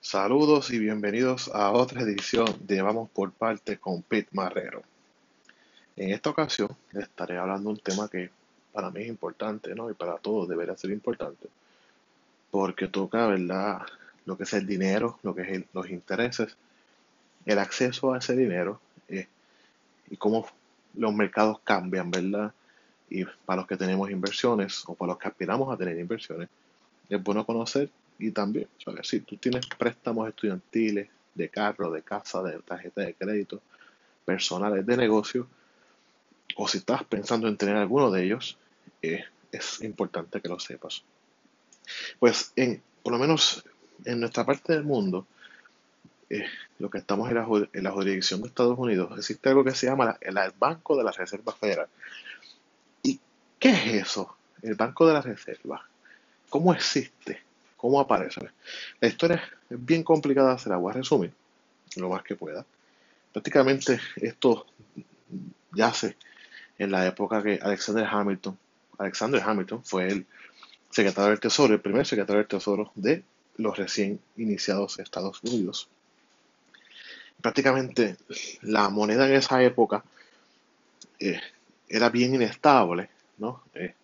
Saludos y bienvenidos a otra edición de Vamos por Partes con Pete Marrero. En esta ocasión estaré hablando de un tema que para mí es importante, ¿no? Y para todos debería ser importante, porque toca, ¿verdad? Lo que es el dinero, lo que es los intereses, el acceso a ese dinero eh, y cómo los mercados cambian, ¿verdad? Y para los que tenemos inversiones o para los que aspiramos a tener inversiones, es bueno conocer y también saber si tú tienes préstamos estudiantiles de carro, de casa, de tarjeta de crédito, personales de negocio, o si estás pensando en tener alguno de ellos, es importante que lo sepas. Pues por lo menos en nuestra parte del mundo, eh, lo que estamos en la jurisdicción de Estados Unidos, existe algo que se llama el Banco de la Reserva Federal. ¿Y qué es eso? El Banco de la Reserva. ¿Cómo existe? ¿Cómo aparece? La historia es bien complicada, se la voy a resumir lo más que pueda. Prácticamente esto yace en la época que Alexander Hamilton fue el secretario del Tesoro, el primer secretario del Tesoro de los recién iniciados Estados Unidos. Prácticamente la moneda en esa época eh, era bien inestable, ¿no?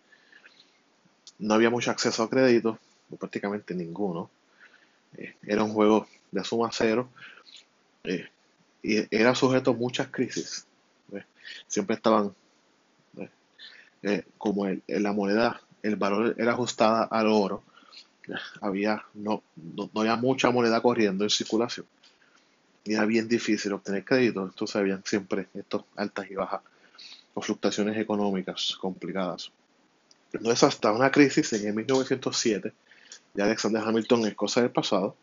No había mucho acceso a crédito, o prácticamente ninguno. Era un juego de suma cero eh, y era sujeto a muchas crisis. ¿Ves? Siempre estaban, como la moneda, el valor era ajustada al oro, no había mucha moneda corriendo en circulación y era bien difícil obtener crédito. Entonces habían siempre estos altas y bajas o fluctuaciones económicas complicadas. No es hasta una crisis en el 1907, de Alexander Hamilton, es cosa del pasado.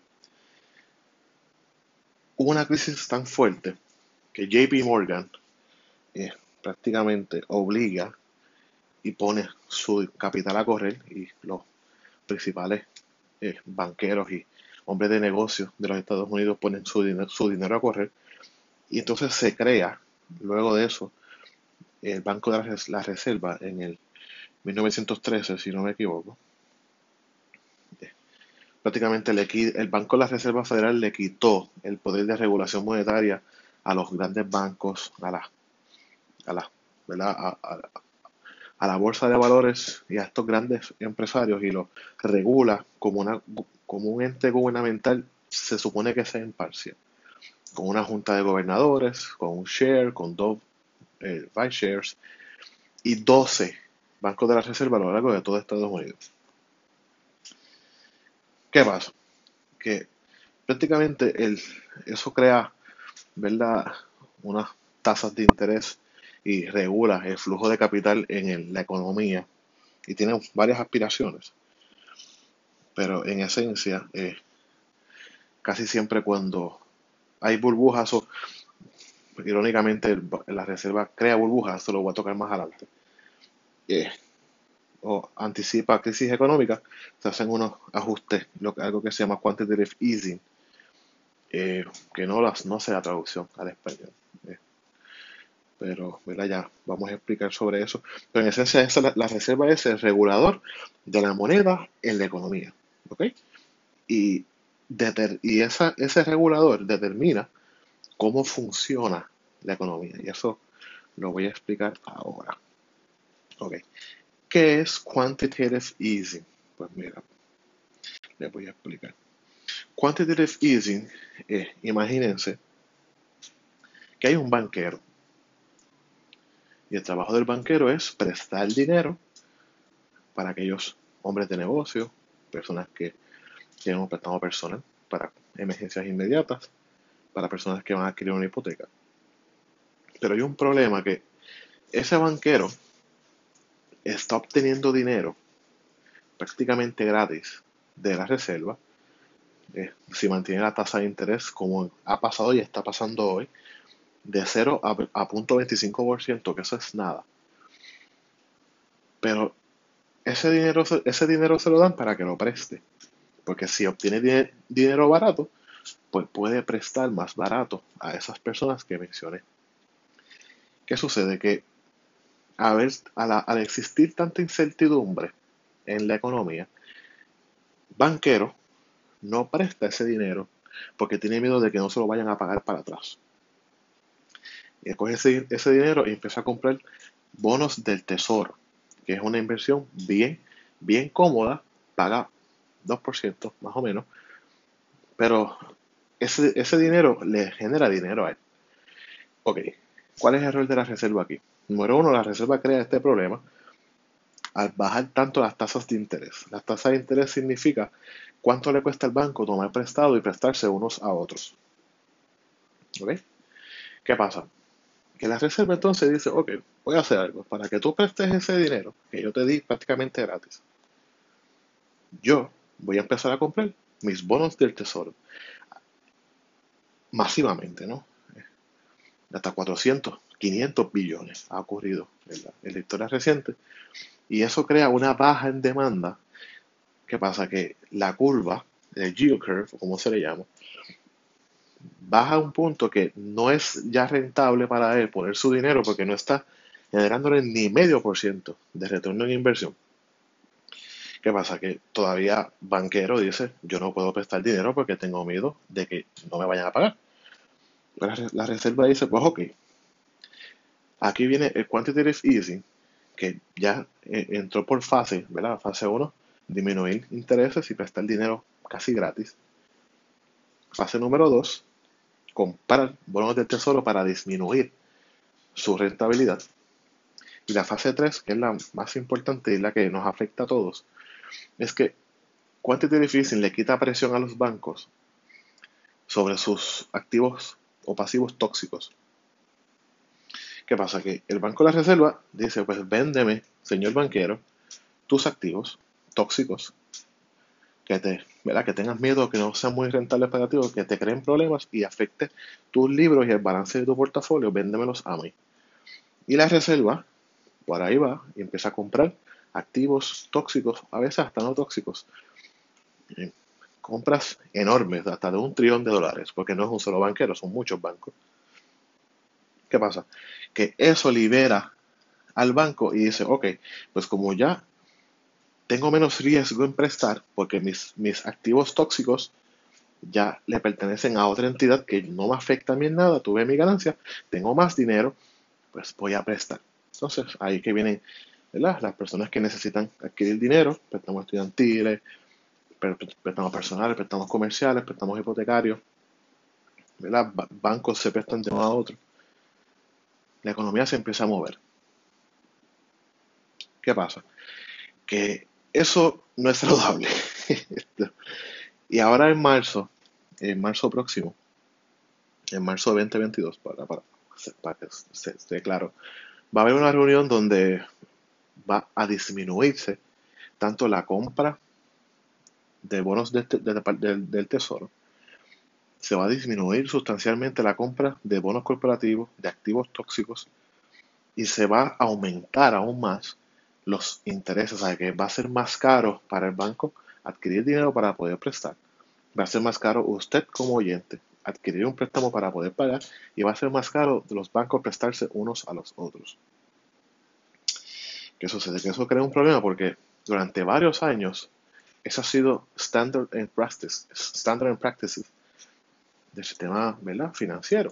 Hubo una crisis tan fuerte que JP Morgan eh, prácticamente obliga y pone su capital a correr, y los principales banqueros y hombres de negocios de los Estados Unidos ponen su dinero a correr, y entonces se crea luego de eso el Banco de la Reserva en el 1913, si no me equivoco. Prácticamente el Banco de la Reserva Federal le quitó el poder de regulación monetaria a los grandes bancos, a la, ¿verdad? A la bolsa de valores y a estos grandes empresarios, y lo regula como un ente gubernamental. Se supone que sea imparcial, con una junta de gobernadores, con un share, con dos vice shares y 12 bancos de la reserva a lo largo de todo Estados Unidos. ¿Qué pasa? Que prácticamente eso crea, ¿verdad?, unas tasas de interés y regula el flujo de capital en la economía, y tiene varias aspiraciones, pero en esencia, casi siempre cuando hay burbujas, o irónicamente la reserva crea burbujas, eso lo voy a tocar más adelante, eh, o anticipa crisis económica, se hacen unos ajustes, algo que se llama quantitative easing, que no sé la traducción al español, eh, pero ¿verdad? Ya vamos a explicar sobre eso. Pero en esencia, la reserva es el regulador de la moneda en la economía, ¿ok? Y, ese regulador determina cómo funciona la economía, y eso lo voy a explicar ahora. Ok, ¿qué es quantitative easing? Pues mira, les voy a explicar. Quantitative easing, imagínense que hay un banquero, y el trabajo del banquero es prestar dinero para aquellos hombres de negocio, personas que tienen un préstamo personal para emergencias inmediatas, para personas que van a adquirir una hipoteca. Pero hay un problema, que ese banquero está obteniendo dinero prácticamente gratis de la reserva, si mantiene la tasa de interés como ha pasado y está pasando hoy, de 0 a 0.25%, que eso es nada. Pero ese dinero se lo dan para que lo preste, porque si obtiene dinero barato, pues puede prestar más barato a esas personas que mencioné. ¿Qué sucede? Que al existir tanta incertidumbre en la economía, banquero no presta ese dinero porque tiene miedo de que no se lo vayan a pagar para atrás. Y coge ese dinero y empieza a comprar bonos del tesoro, que es una inversión bien cómoda, paga 2% más o menos, pero ese dinero le genera dinero a él. Ok, ¿cuál es el rol de la reserva aquí? Número uno, la reserva crea este problema al bajar tanto las tasas de interés. Las tasas de interés significa cuánto le cuesta al banco tomar prestado y prestarse unos a otros. ¿Ok? ¿Qué pasa? Que la reserva entonces dice, ok, voy a hacer algo. Para que tú prestes ese dinero, que yo te di prácticamente gratis, yo voy a empezar a comprar mis bonos del tesoro masivamente, ¿no? Hasta 400, 500 billones ha ocurrido en la historia reciente. Y eso crea una baja en demanda. ¿Qué pasa? Que la curva, el yield curve, o como se le llama, baja a un punto que no es ya rentable para él poner su dinero porque no está generándole ni medio por ciento de retorno en inversión. ¿Qué pasa? Que todavía banquero dice, yo no puedo prestar dinero porque tengo miedo de que no me vayan a pagar. La reserva dice, pues ok, aquí viene el quantitative easing, que ya entró por fase, ¿verdad? Fase uno, disminuir intereses y prestar dinero casi gratis. Fase número 2, comprar bonos del tesoro para disminuir su rentabilidad. Y la fase 3, que es la más importante y la que nos afecta a todos, es que quantitative easing le quita presión a los bancos sobre sus activos o pasivos tóxicos. ¿Qué pasa? Que el Banco de la Reserva dice, pues véndeme, señor banquero, tus activos tóxicos, ¿verdad? Que tengas miedo, que no sean muy rentables para ti, o que te creen problemas y afecte tus libros y el balance de tu portafolio, véndemelos a mí. Y la Reserva, por ahí va, y empieza a comprar activos tóxicos, a veces hasta no tóxicos, compras enormes, hasta de $1 trillón, porque no es un solo banquero, son muchos bancos. ¿Qué pasa? Que eso libera al banco y dice, ok, pues como ya tengo menos riesgo en prestar, porque mis activos tóxicos ya le pertenecen a otra entidad que no me afecta a mí en nada, tuve mi ganancia, tengo más dinero, pues voy a prestar. Entonces, ahí que vienen, ¿verdad? Las personas que necesitan adquirir dinero, préstamos estudiantiles, préstamos personales, préstamos comerciales, préstamos hipotecarios, ¿verdad? Bancos se prestan de uno a otro. La economía se empieza a mover. ¿Qué pasa? Que eso no es saludable. Y ahora en marzo próximo, en marzo de 2022, para que se esté claro, va a haber una reunión donde va a disminuirse tanto la compra de bonos del tesoro, se va a disminuir sustancialmente la compra de bonos corporativos, de activos tóxicos, y se va a aumentar aún más los intereses, o sea que va a ser más caro para el banco adquirir dinero para poder prestar. Va a ser más caro usted como oyente adquirir un préstamo para poder pagar y va a ser más caro de los bancos prestarse unos a los otros. ¿Qué sucede? Que eso crea un problema porque durante varios años eso ha sido standard in practices del sistema, ¿verdad? Financiero.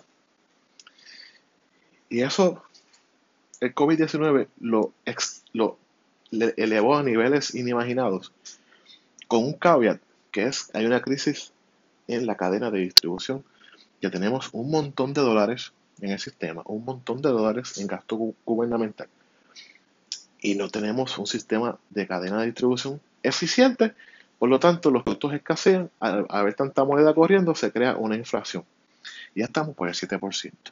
Y eso, el COVID-19 lo elevó a niveles inimaginados, con un caveat, que es, hay una crisis en la cadena de distribución, que tenemos un montón de dólares en el sistema, un montón de dólares en gasto gubernamental, y no tenemos un sistema de cadena de distribución eficiente. Por lo tanto, los productos escasean, al haber tanta moneda corriendo, se crea una inflación. Y ya estamos por el 7%.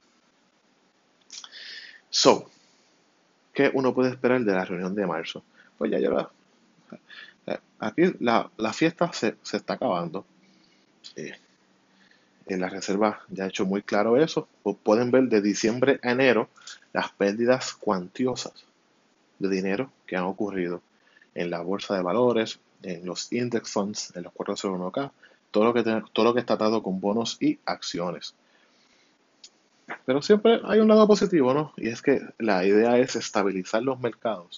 So, ¿qué uno puede esperar de la reunión de marzo? Pues ya lleva. Aquí la fiesta se está acabando. Eh, en la reserva ya ha hecho muy claro eso. Pueden ver de diciembre a enero las pérdidas cuantiosas de dinero que han ocurrido en la bolsa de valores, en los index funds, en los 401k, todo lo que está atado con bonos y acciones. Pero siempre hay un lado positivo, ¿no? Y es que la idea es estabilizar los mercados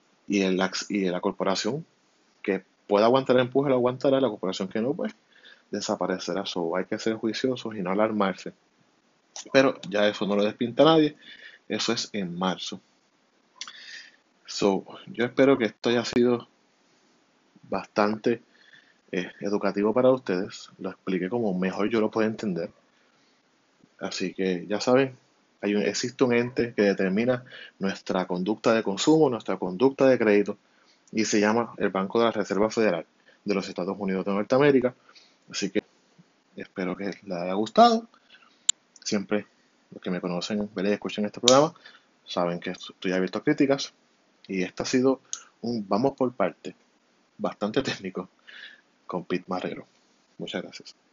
y la corporación que pueda aguantar el empuje lo aguantará, la corporación que no, pues desaparecerá. So, hay que ser juiciosos y no alarmarse. Pero ya eso no lo despinta a nadie. Eso es en marzo. So, yo espero que esto haya sido bastante educativo para ustedes. Lo expliqué como mejor yo lo puedo entender. Así que ya saben, existe un ente que determina nuestra conducta de consumo, nuestra conducta de crédito, y se llama el Banco de la Reserva Federal de los Estados Unidos de Norteamérica. Así que espero que les haya gustado. Siempre los que me conocen, ven y escuchan este programa, saben que estoy abierto a críticas. Y este ha sido un vamos por parte bastante técnico con Pete Marrero. Muchas gracias.